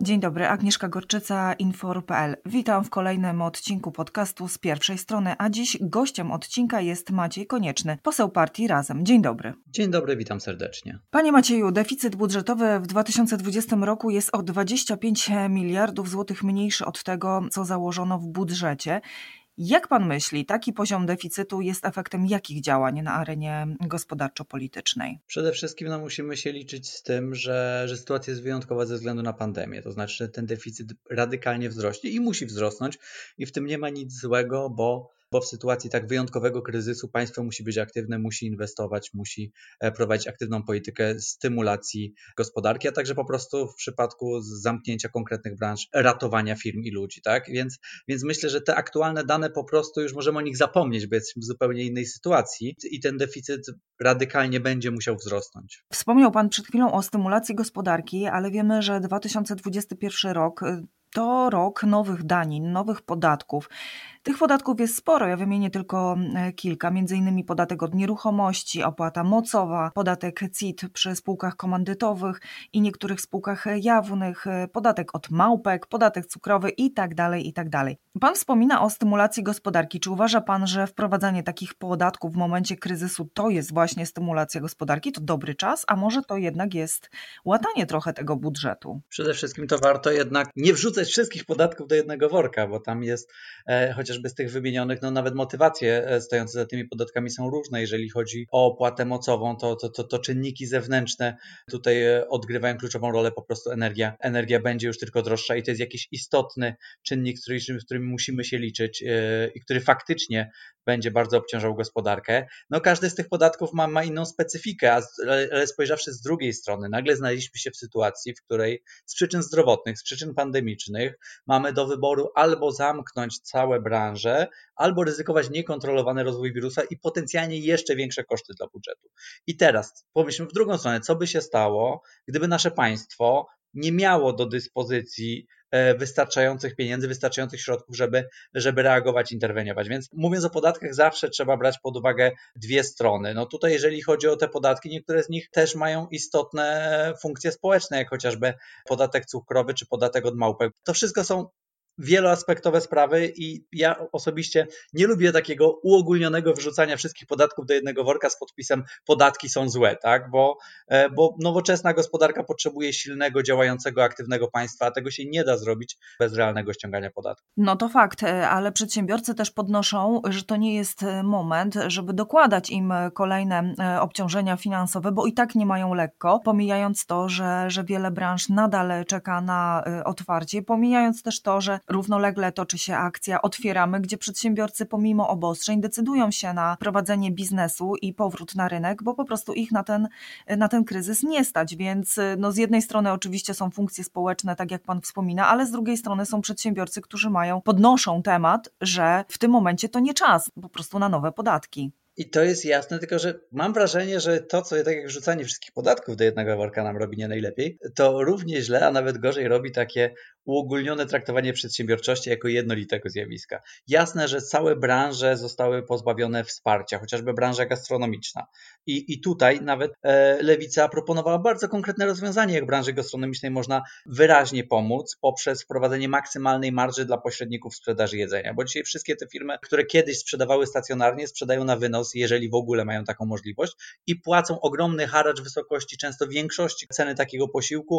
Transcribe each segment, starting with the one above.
Dzień dobry, Agnieszka Gorczyca, Infor.pl. Witam w kolejnym odcinku podcastu z pierwszej strony, a dziś gościem odcinka jest Maciej Konieczny, poseł partii Razem. Dzień dobry. Dzień dobry, witam serdecznie. Panie Macieju, deficyt budżetowy w 2020 roku jest o 25 miliardów złotych mniejszy od tego, co założono w budżecie. Jak pan myśli, taki poziom deficytu jest efektem jakich działań na arenie gospodarczo-politycznej? Przede wszystkim musimy się liczyć z tym, że sytuacja jest wyjątkowa ze względu na pandemię. To znaczy, że ten deficyt radykalnie wzrośnie i musi wzrosnąć i w tym nie ma nic złego, bo w sytuacji tak wyjątkowego kryzysu państwo musi być aktywne, musi inwestować, musi prowadzić aktywną politykę stymulacji gospodarki, a także po prostu w przypadku zamknięcia konkretnych branż ratowania firm i ludzi, tak? Więc myślę, że te aktualne dane po prostu już możemy o nich zapomnieć, bo jesteśmy w zupełnie innej sytuacji i ten deficyt radykalnie będzie musiał wzrosnąć. Wspomniał pan przed chwilą o stymulacji gospodarki, ale wiemy, że 2021 rok to rok nowych danin, nowych podatków. Tych podatków jest sporo, ja wymienię tylko kilka, m.in. podatek od nieruchomości, opłata mocowa, podatek CIT przy spółkach komandytowych i niektórych spółkach jawnych, podatek od małpek, podatek cukrowy itd. Pan wspomina o stymulacji gospodarki. Czy uważa pan, że wprowadzanie takich podatków w momencie kryzysu to jest właśnie stymulacja gospodarki? To dobry czas, a może to jednak jest łatanie trochę tego budżetu? Przede wszystkim to warto jednak nie wrzucać wszystkich podatków do jednego worka, bo tam jest chociażby z tych wymienionych, nawet motywacje stojące za tymi podatkami są różne. Jeżeli chodzi o opłatę mocową, to czynniki zewnętrzne tutaj odgrywają kluczową rolę, po prostu energia będzie już tylko droższa i to jest jakiś istotny czynnik, z którym musimy się liczyć i który faktycznie będzie bardzo obciążał gospodarkę. Każdy z tych podatków ma inną specyfikę, ale spojrzawszy z drugiej strony, nagle znaleźliśmy się w sytuacji, w której z przyczyn zdrowotnych, z przyczyn pandemicznych mamy do wyboru albo zamknąć całe branże, albo ryzykować niekontrolowany rozwój wirusa i potencjalnie jeszcze większe koszty dla budżetu. I teraz pomyślmy w drugą stronę, co by się stało, gdyby nasze państwo nie miało do dyspozycji wystarczających pieniędzy, wystarczających środków, żeby reagować, interweniować. Więc mówiąc o podatkach, zawsze trzeba brać pod uwagę dwie strony. Tutaj jeżeli chodzi o te podatki, niektóre z nich też mają istotne funkcje społeczne, jak chociażby podatek cukrowy czy podatek od małpek. To wszystko są wieloaspektowe sprawy i ja osobiście nie lubię takiego uogólnionego wrzucania wszystkich podatków do jednego worka z podpisem podatki są złe, tak? Bo nowoczesna gospodarka potrzebuje silnego, działającego, aktywnego państwa, a tego się nie da zrobić bez realnego ściągania podatków. To fakt, ale przedsiębiorcy też podnoszą, że to nie jest moment, żeby dokładać im kolejne obciążenia finansowe, bo i tak nie mają lekko, pomijając to, że wiele branż nadal czeka na otwarcie, pomijając też to, że równolegle toczy się akcja Otwieramy, gdzie przedsiębiorcy pomimo obostrzeń decydują się na prowadzenie biznesu i powrót na rynek, bo po prostu ich na ten kryzys nie stać, więc z jednej strony oczywiście są funkcje społeczne, tak jak pan wspomina, ale z drugiej strony są przedsiębiorcy, którzy podnoszą temat, że w tym momencie to nie czas po prostu na nowe podatki. I to jest jasne, tylko że mam wrażenie, że to, co tak jak rzucanie wszystkich podatków do jednego worka nam robi nie najlepiej, to równie źle, a nawet gorzej robi takie uogólnione traktowanie przedsiębiorczości jako jednolitego zjawiska. Jasne, że całe branże zostały pozbawione wsparcia, chociażby branża gastronomiczna. I tutaj nawet Lewica proponowała bardzo konkretne rozwiązanie, jak branży gastronomicznej można wyraźnie pomóc poprzez wprowadzenie maksymalnej marży dla pośredników w sprzedaży jedzenia. Bo dzisiaj wszystkie te firmy, które kiedyś sprzedawały stacjonarnie, sprzedają na wynos, jeżeli w ogóle mają taką możliwość i płacą ogromny haracz w wysokości często większości ceny takiego posiłku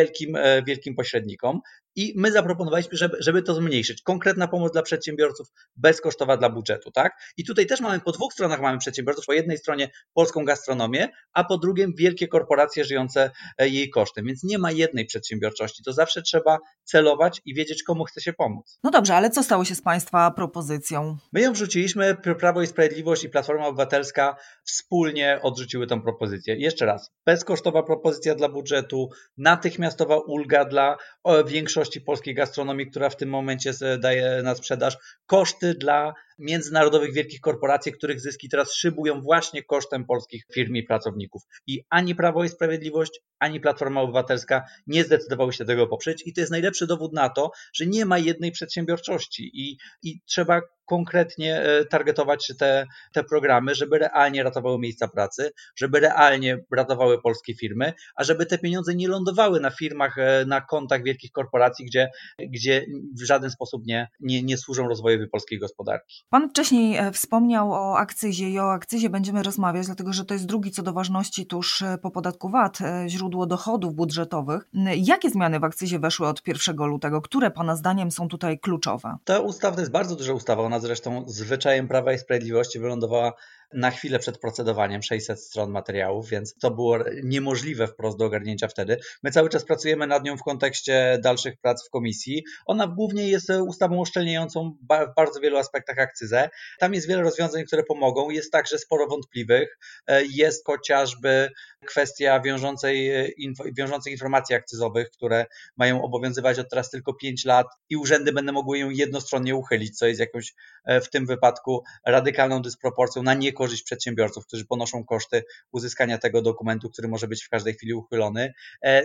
wielkim pośrednikom. I my zaproponowaliśmy, żeby to zmniejszyć. Konkretna pomoc dla przedsiębiorców, bezkosztowa dla budżetu, tak? I tutaj też po dwóch stronach mamy przedsiębiorców. Po jednej stronie polską gastronomię, a po drugiej wielkie korporacje żyjące jej kosztem. Więc nie ma jednej przedsiębiorczości. To zawsze trzeba celować i wiedzieć, komu chce się pomóc. Dobrze, ale co stało się z państwa propozycją? My ją wrzuciliśmy, Prawo i Sprawiedliwość i Platforma Obywatelska wspólnie odrzuciły tę propozycję. Jeszcze raz, bezkosztowa propozycja dla budżetu, natychmiastowa ulga dla większości polskiej gastronomii, która w tym momencie daje na sprzedaż, koszty dla międzynarodowych wielkich korporacji, których zyski teraz szybują właśnie kosztem polskich firm i pracowników. I ani Prawo i Sprawiedliwość, ani Platforma Obywatelska nie zdecydowały się tego poprzeć i to jest najlepszy dowód na to, że nie ma jednej przedsiębiorczości i trzeba konkretnie targetować te programy, żeby realnie ratowały miejsca pracy, żeby realnie ratowały polskie firmy, a żeby te pieniądze nie lądowały na firmach, na kontach wielkich korporacji, gdzie w żaden sposób nie służą rozwojowi polskiej gospodarki. Pan wcześniej wspomniał o akcyzie i o akcyzie będziemy rozmawiać, dlatego że to jest drugi co do ważności tuż po podatku VAT źródło dochodów budżetowych. Jakie zmiany w akcyzie weszły od 1 lutego? Które Pana zdaniem są tutaj kluczowe? Ta ustawa to jest bardzo duża ustawa, ona zresztą zwyczajem Prawa i Sprawiedliwości wylądowała na chwilę przed procedowaniem, 600 stron materiałów, więc to było niemożliwe wprost do ogarnięcia wtedy. My cały czas pracujemy nad nią w kontekście dalszych prac w komisji. Ona głównie jest ustawą uszczelniającą w bardzo wielu aspektach akcyzę. Tam jest wiele rozwiązań, które pomogą. Jest także sporo wątpliwych. Jest chociażby kwestia wiążących informacji akcyzowych, które mają obowiązywać od teraz tylko 5 lat i urzędy będą mogły ją jednostronnie uchylić, co jest jakąś w tym wypadku radykalną dysproporcją na niekorzyść przedsiębiorców, którzy ponoszą koszty uzyskania tego dokumentu, który może być w każdej chwili uchylony.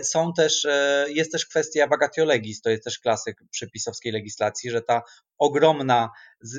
Jest też kwestia vacatio legis, to jest też klasyk przepisowskiej legislacji, że ta ogromne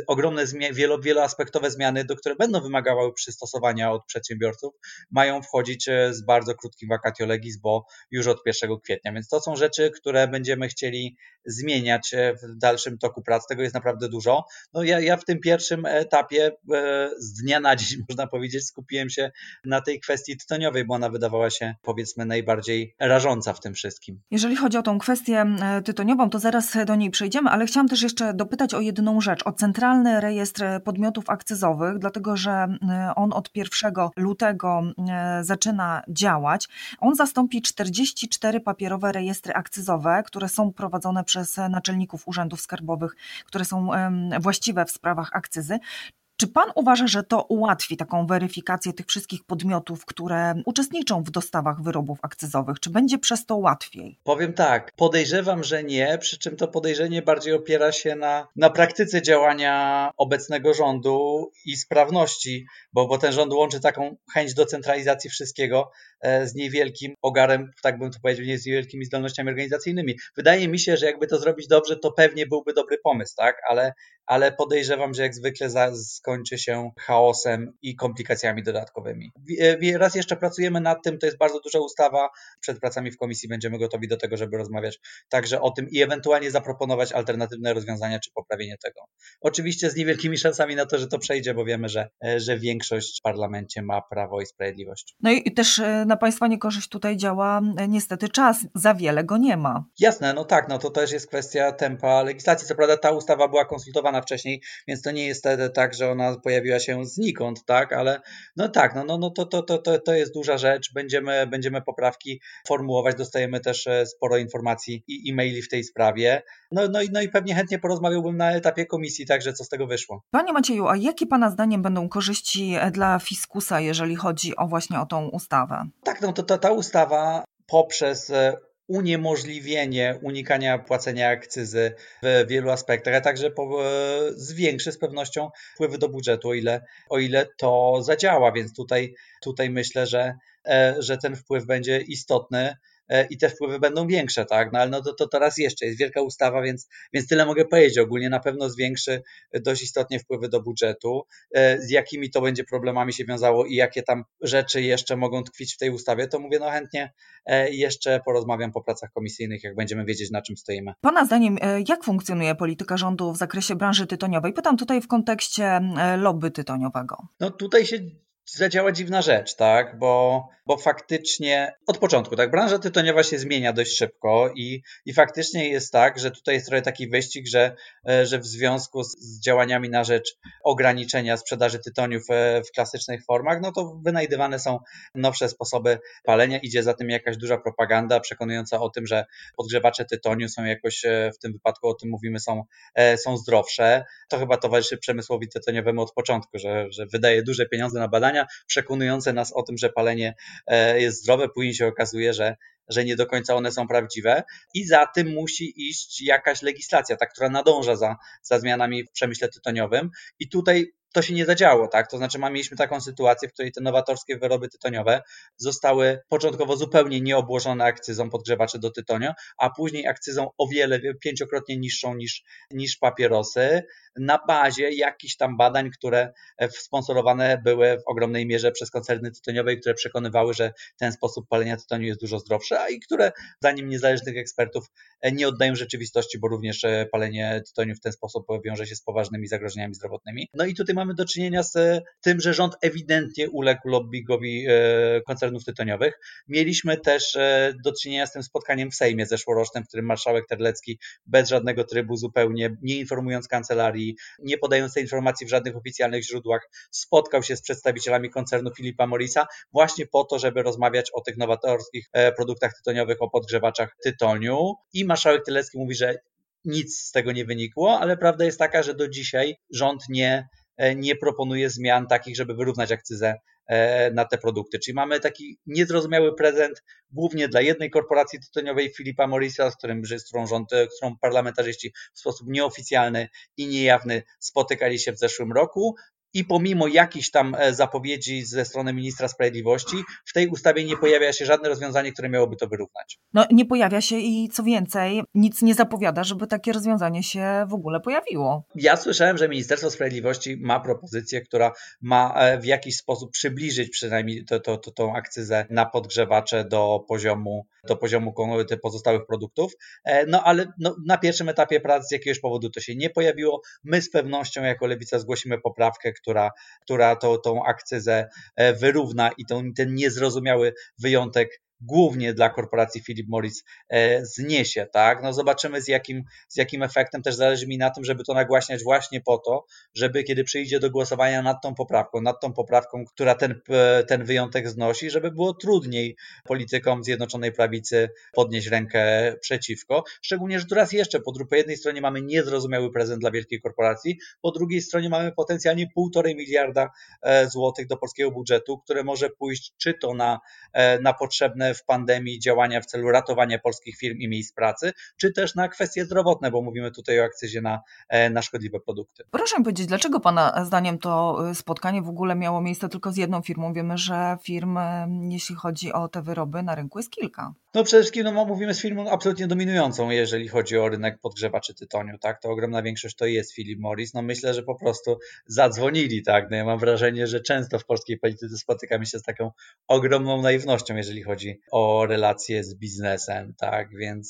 wieloaspektowe zmiany, które będą wymagały przystosowania od przedsiębiorców, mają wchodzić z bardzo krótkim vacatio legis, bo już od 1 kwietnia. Więc to są rzeczy, które będziemy chcieli zmieniać w dalszym toku prac. Tego jest naprawdę dużo. No ja w tym pierwszym etapie z dnia na dzień, można powiedzieć, skupiłem się na tej kwestii tytoniowej, bo ona wydawała się, powiedzmy, najbardziej rażąca w tym wszystkim. Jeżeli chodzi o tą kwestię tytoniową, to zaraz do niej przejdziemy, ale chciałam też jeszcze dopytać o jedną rzecz, o Centralny Rejestr Podmiotów Akcyzowych, dlatego że on od 1 lutego zaczyna działać. On zastąpi 44 papierowe rejestry akcyzowe, które są prowadzone przez naczelników urzędów skarbowych, które są właściwe w sprawach akcyzy. Czy Pan uważa, że to ułatwi taką weryfikację tych wszystkich podmiotów, które uczestniczą w dostawach wyrobów akcyzowych? Czy będzie przez to łatwiej? Powiem tak, podejrzewam, że nie, przy czym to podejrzenie bardziej opiera się na praktyce działania obecnego rządu i sprawności, bo ten rząd łączy taką chęć do centralizacji wszystkiego z niewielkim ogarem, tak bym to powiedział, z niewielkimi zdolnościami organizacyjnymi. Wydaje mi się, że jakby to zrobić dobrze, to pewnie byłby dobry pomysł, tak? Ale podejrzewam, że jak zwykle skończy się chaosem i komplikacjami dodatkowymi. Raz jeszcze pracujemy nad tym, to jest bardzo duża ustawa. Przed pracami w komisji będziemy gotowi do tego, żeby rozmawiać także o tym i ewentualnie zaproponować alternatywne rozwiązania czy poprawienie tego. Oczywiście z niewielkimi szansami na to, że to przejdzie, bo wiemy, że większość w parlamencie ma Prawo i Sprawiedliwość. No i też na Państwa niekorzyść tutaj działa niestety czas. Za wiele go nie ma. Jasne, no tak, no to też jest kwestia tempa legislacji. Co prawda ta ustawa była konsultowana wcześniej, więc to nie jest wtedy tak, że ona pojawiła się znikąd, tak, ale no tak, to jest duża rzecz. Będziemy poprawki formułować, dostajemy też sporo informacji i e-maili w tej sprawie. No i pewnie chętnie porozmawiałbym na etapie komisji, także co z tego wyszło. Panie Macieju, a jakie Pana zdaniem będą korzyści dla fiskusa, jeżeli chodzi właśnie o tą ustawę? Tak, no to ta ustawa poprzez uniemożliwienie unikania płacenia akcyzy w wielu aspektach, a także zwiększy z pewnością wpływy do budżetu, o ile to zadziała, więc tutaj myślę, że ten wpływ będzie istotny i te wpływy będą większe, tak? No ale to teraz jeszcze jest wielka ustawa, więc tyle mogę powiedzieć. Ogólnie na pewno zwiększy dość istotnie wpływy do budżetu. Z jakimi to będzie problemami się wiązało i jakie tam rzeczy jeszcze mogą tkwić w tej ustawie, to mówię, no chętnie jeszcze porozmawiam po pracach komisyjnych, jak będziemy wiedzieć, na czym stoimy. Pana zdaniem, jak funkcjonuje polityka rządu w zakresie branży tytoniowej? Pytam tutaj w kontekście lobby tytoniowego. No tutaj się zadziała dziwna rzecz, tak, bo faktycznie od początku, tak, branża tytoniowa się zmienia dość szybko i faktycznie jest tak, że tutaj jest trochę taki wyścig, że w związku z działaniami na rzecz ograniczenia sprzedaży tytoniu w klasycznych formach, no to wynajdywane są nowsze sposoby palenia, idzie za tym jakaś duża propaganda przekonująca o tym, że podgrzewacze tytoniu są jakoś, w tym wypadku o tym mówimy, są zdrowsze. To chyba towarzyszy przemysłowi tytoniowemu od początku, że wydaje duże pieniądze na badania badania przekonujące nas o tym, że palenie jest zdrowe, później się okazuje, że nie do końca one są prawdziwe i za tym musi iść jakaś legislacja, ta, która nadąża za zmianami w przemyśle tytoniowym i tutaj to się nie zadziało, tak? To znaczy mieliśmy taką sytuację, w której te nowatorskie wyroby tytoniowe zostały początkowo zupełnie nieobłożone akcyzą podgrzewaczy do tytoniu, a później akcyzą o wiele, 5-krotnie niższą niż papierosy, na bazie jakichś tam badań, które sponsorowane były w ogromnej mierze przez koncerny tytoniowe i które przekonywały, że ten sposób palenia tytoniu jest dużo zdrowszy, a i które zdaniem niezależnych ekspertów nie oddają rzeczywistości, bo również palenie tytoniu w ten sposób wiąże się z poważnymi zagrożeniami zdrowotnymi. No i tutaj mamy do czynienia z tym, że rząd ewidentnie uległ lobbingowi koncernów tytoniowych. Mieliśmy też do czynienia z tym spotkaniem w Sejmie zeszłorocznym, w którym marszałek Terlecki bez żadnego trybu, zupełnie nie informując kancelarii, nie podając tej informacji w żadnych oficjalnych źródłach, spotkał się z przedstawicielami koncernu Philipa Morrisa właśnie po to, żeby rozmawiać o tych nowatorskich produktach tytoniowych, o podgrzewaczach tytoniu i marszałek Terlecki mówi, że nic z tego nie wynikło, ale prawda jest taka, że do dzisiaj rząd nie proponuje zmian takich, żeby wyrównać akcyzę na te produkty. Czyli mamy taki niezrozumiały prezent głównie dla jednej korporacji tytoniowej Philipa Morrisa, z którą parlamentarzyści w sposób nieoficjalny i niejawny spotykali się w zeszłym roku. I pomimo jakichś tam zapowiedzi ze strony ministra sprawiedliwości, w tej ustawie nie pojawia się żadne rozwiązanie, które miałoby to wyrównać. No nie pojawia się i co więcej, nic nie zapowiada, żeby takie rozwiązanie się w ogóle pojawiło. Ja słyszałem, że Ministerstwo Sprawiedliwości ma propozycję, która ma w jakiś sposób przybliżyć przynajmniej tą akcyzę na podgrzewacze do poziomu tych pozostałych produktów, no ale na pierwszym etapie prac z jakiegoś powodu to się nie pojawiło. My z pewnością jako Lewica zgłosimy poprawkę, która tą akcyzę wyrówna i ten niezrozumiały wyjątek głównie dla korporacji Philip Morris zniesie, tak? No zobaczymy z jakim efektem. Też zależy mi na tym, żeby to nagłaśniać właśnie po to, żeby kiedy przyjdzie do głosowania nad tą poprawką, która ten wyjątek znosi, żeby było trudniej politykom Zjednoczonej Prawicy podnieść rękę przeciwko. Szczególnie, że tu raz jeszcze po jednej stronie mamy niezrozumiały prezent dla wielkiej korporacji, po drugiej stronie mamy potencjalnie 1,5 miliarda złotych do polskiego budżetu, które może pójść czy to na potrzebne w pandemii działania w celu ratowania polskich firm i miejsc pracy, czy też na kwestie zdrowotne, bo mówimy tutaj o akcyzie na szkodliwe produkty. Proszę mi powiedzieć, dlaczego Pana zdaniem to spotkanie w ogóle miało miejsce tylko z jedną firmą? Wiemy, że firm, jeśli chodzi o te wyroby, na rynku jest kilka. No przede wszystkim mówimy z firmą absolutnie dominującą, jeżeli chodzi o rynek podgrzewaczy tytoniu, tak? To ogromna większość to jest Philip Morris. No myślę, że po prostu zadzwonili, tak? No ja mam wrażenie, że często w polskiej polityce spotykamy się z taką ogromną naiwnością, jeżeli chodzi o relacje z biznesem, tak?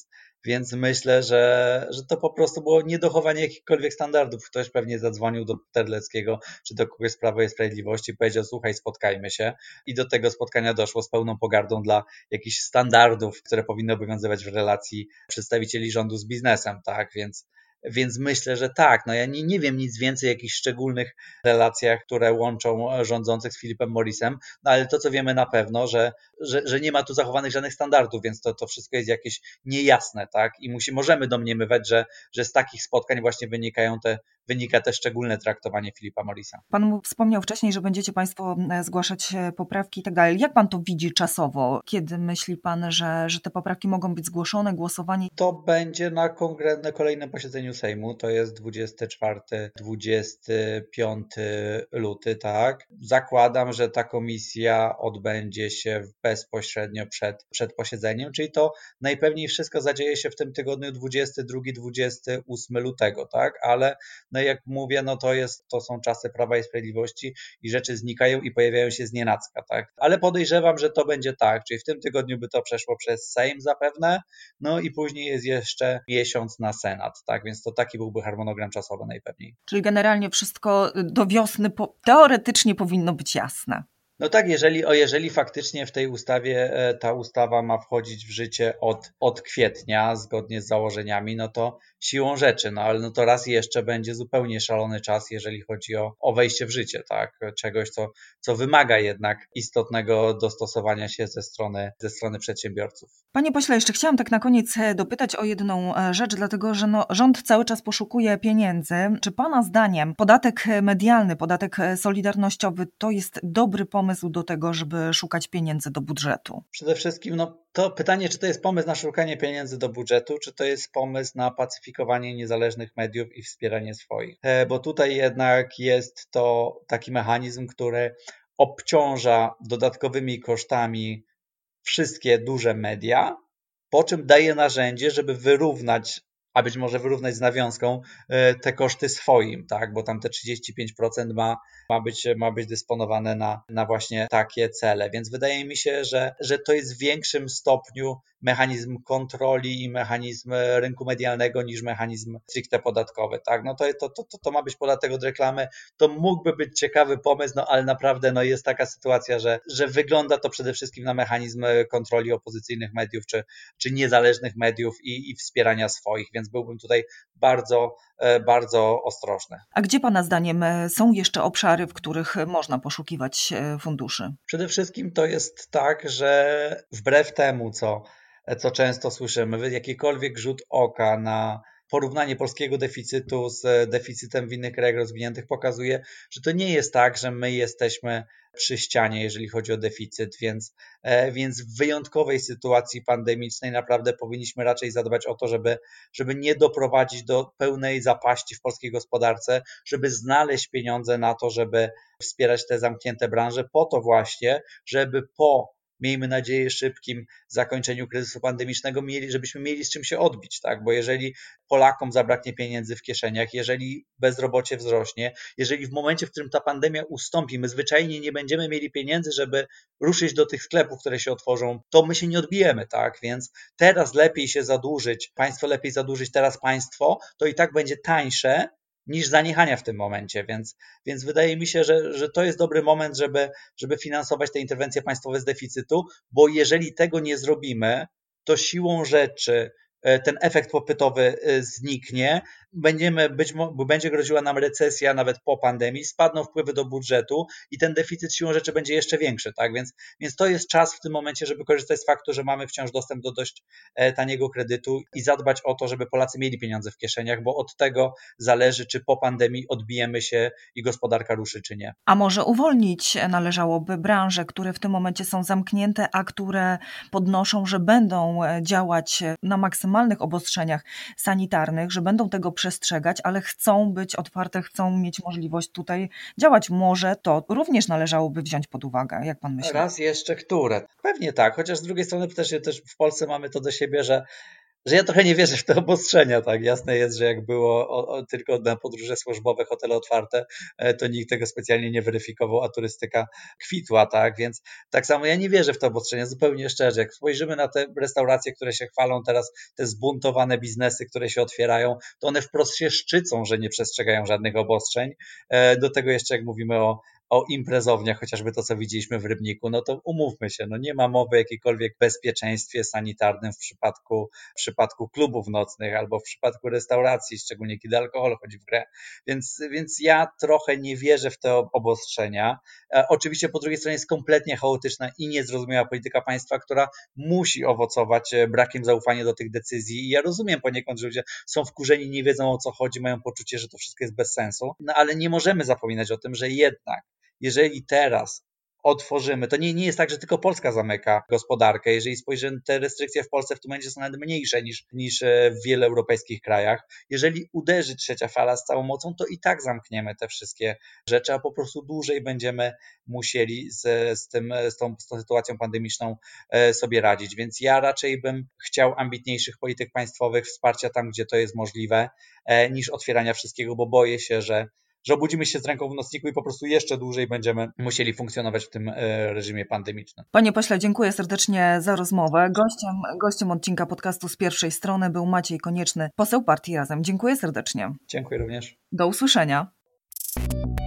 Więc myślę, że to po prostu było niedochowanie jakichkolwiek standardów. Ktoś pewnie zadzwonił do Terleckiego czy do kogoś z Prawa i Sprawiedliwości i powiedział: słuchaj, spotkajmy się. I do tego spotkania doszło z pełną pogardą dla jakichś standardów, które powinny obowiązywać w relacji przedstawicieli rządu z biznesem, tak? Więc myślę, że tak. No ja nie wiem nic więcej o jakichś szczególnych relacjach, które łączą rządzących z Philipem Morrisem, no ale to, co wiemy na pewno, że nie ma tu zachowanych żadnych standardów, więc to wszystko jest jakieś niejasne, tak? I możemy domniemywać, że z takich spotkań właśnie wynika te szczególne traktowanie Philipa Morrisa. Pan wspomniał wcześniej, że będziecie Państwo zgłaszać poprawki i tak dalej. Jak Pan to widzi czasowo? Kiedy myśli Pan, że te poprawki mogą być zgłoszone, głosowanie? To będzie na kolejnym posiedzeniu Sejmu, to jest 24-25 luty, tak? Zakładam, że ta komisja odbędzie się bezpośrednio przed posiedzeniem, czyli to najpewniej wszystko zadzieje się w tym tygodniu 22-28 lutego, tak? Ale no jak mówię, no to są czasy Prawa i Sprawiedliwości i rzeczy znikają i pojawiają się znienacka, tak? Ale podejrzewam, że to będzie tak, czyli w tym tygodniu by to przeszło przez Sejm zapewne, no i później jest jeszcze miesiąc na Senat, tak? Więc to taki byłby harmonogram czasowy najpewniej. Czyli generalnie wszystko do wiosny teoretycznie powinno być jasne. No tak, jeżeli faktycznie w tej ustawie ta ustawa ma wchodzić w życie od kwietnia, zgodnie z założeniami, no to siłą rzeczy, no ale no to raz jeszcze będzie zupełnie szalony czas, jeżeli chodzi o wejście w życie, tak? Czegoś, co wymaga jednak istotnego dostosowania się ze strony przedsiębiorców. Panie pośle, jeszcze chciałam tak na koniec dopytać o jedną rzecz, dlatego że rząd cały czas poszukuje pieniędzy. Czy pana zdaniem podatek medialny, podatek solidarnościowy to jest dobry pomysł do tego, żeby szukać pieniędzy do budżetu? Przede wszystkim to pytanie, czy to jest pomysł na szukanie pieniędzy do budżetu, czy to jest pomysł na pacyfikowanie niezależnych mediów i wspieranie swoich. Bo tutaj jednak jest to taki mechanizm, który obciąża dodatkowymi kosztami wszystkie duże media, po czym daje narzędzie, żeby wyrównać, a być może wyrównać z nawiązką te koszty swoim, tak? Bo tam te 35% ma być dysponowane na właśnie takie cele. Więc wydaje mi się, że to jest w większym stopniu mechanizm kontroli i mechanizm rynku medialnego niż mechanizm stricte podatkowy, tak? No to ma być podatek od reklamy. To mógłby być ciekawy pomysł, no ale naprawdę jest taka sytuacja, że wygląda to przede wszystkim na mechanizm kontroli opozycyjnych mediów czy niezależnych mediów i wspierania swoich, więc byłbym tutaj bardzo, bardzo ostrożny. A gdzie pana zdaniem są jeszcze obszary, w których można poszukiwać funduszy? Przede wszystkim to jest tak, że wbrew temu, co często słyszymy, jakikolwiek rzut oka na porównanie polskiego deficytu z deficytem w innych krajach rozwiniętych pokazuje, że to nie jest tak, że my jesteśmy przy ścianie, jeżeli chodzi o deficyt, więc w wyjątkowej sytuacji pandemicznej naprawdę powinniśmy raczej zadbać o to, żeby nie doprowadzić do pełnej zapaści w polskiej gospodarce, żeby znaleźć pieniądze na to, żeby wspierać te zamknięte branże, po to właśnie, żeby miejmy nadzieję, szybkim zakończeniu kryzysu pandemicznego, żebyśmy mieli z czym się odbić, tak? Bo jeżeli Polakom zabraknie pieniędzy w kieszeniach, jeżeli bezrobocie wzrośnie, jeżeli w momencie, w którym ta pandemia ustąpi, my zwyczajnie nie będziemy mieli pieniędzy, żeby ruszyć do tych sklepów, które się otworzą, to my się nie odbijemy, tak? Więc teraz lepiej się zadłużyć, państwo lepiej zadłużyć teraz państwo, to i tak będzie tańsze niż zaniechania w tym momencie, więc wydaje mi się, że to jest dobry moment, żeby finansować te interwencje państwowe z deficytu, bo jeżeli tego nie zrobimy, to siłą rzeczy ten efekt popytowy zniknie, będzie groziła nam recesja nawet po pandemii, spadną wpływy do budżetu i ten deficyt siłą rzeczy będzie jeszcze większy, tak? Więc to jest czas w tym momencie, żeby korzystać z faktu, że mamy wciąż dostęp do dość taniego kredytu i zadbać o to, żeby Polacy mieli pieniądze w kieszeniach, bo od tego zależy, czy po pandemii odbijemy się i gospodarka ruszy, czy nie. A może uwolnić należałoby branże, które w tym momencie są zamknięte, a które podnoszą, że będą działać na maksymalnych obostrzeniach sanitarnych, że będą tego przestrzegać, ale chcą być otwarte, chcą mieć możliwość tutaj działać. Może to również należałoby wziąć pod uwagę, jak pan myśli? Raz jeszcze które? Pewnie tak, chociaż z drugiej strony też w Polsce mamy to do siebie, że ja trochę nie wierzę w te obostrzenia, tak? Jasne jest, że jak było tylko na podróże służbowe, hotele otwarte, to nikt tego specjalnie nie weryfikował, a turystyka kwitła, tak? Więc tak samo ja nie wierzę w te obostrzenia, zupełnie szczerze. Jak spojrzymy na te restauracje, które się chwalą teraz, te zbuntowane biznesy, które się otwierają, to one wprost się szczycą, że nie przestrzegają żadnych obostrzeń. Do tego jeszcze jak mówimy o imprezowniach, chociażby to, co widzieliśmy w Rybniku, no to umówmy się, no nie ma mowy o jakiejkolwiek bezpieczeństwie sanitarnym w przypadku klubów nocnych albo w przypadku restauracji, szczególnie kiedy alkohol wchodzi w grę. Więc ja trochę nie wierzę w te obostrzenia. Oczywiście po drugiej stronie jest kompletnie chaotyczna i niezrozumiała polityka państwa, która musi owocować brakiem zaufania do tych decyzji. I ja rozumiem poniekąd, że ludzie są wkurzeni, nie wiedzą o co chodzi, mają poczucie, że to wszystko jest bez sensu, no ale nie możemy zapominać o tym, że jednak jeżeli teraz otworzymy, to nie jest tak, że tylko Polska zamyka gospodarkę. Jeżeli spojrzymy, te restrykcje w Polsce w tym momencie są nawet mniejsze niż w wielu europejskich krajach. Jeżeli uderzy trzecia fala z całą mocą, to i tak zamkniemy te wszystkie rzeczy, a po prostu dłużej będziemy musieli z tą sytuacją pandemiczną sobie radzić. Więc ja raczej bym chciał ambitniejszych polityk państwowych, wsparcia tam, gdzie to jest możliwe, niż otwierania wszystkiego, bo boję się, że obudzimy się z ręką w nocniku i po prostu jeszcze dłużej będziemy musieli funkcjonować w tym reżimie pandemicznym. Panie pośle, dziękuję serdecznie za rozmowę. Gościem odcinka podcastu Z Pierwszej Strony był Maciej Konieczny, poseł Partii Razem. Dziękuję serdecznie. Dziękuję również. Do usłyszenia.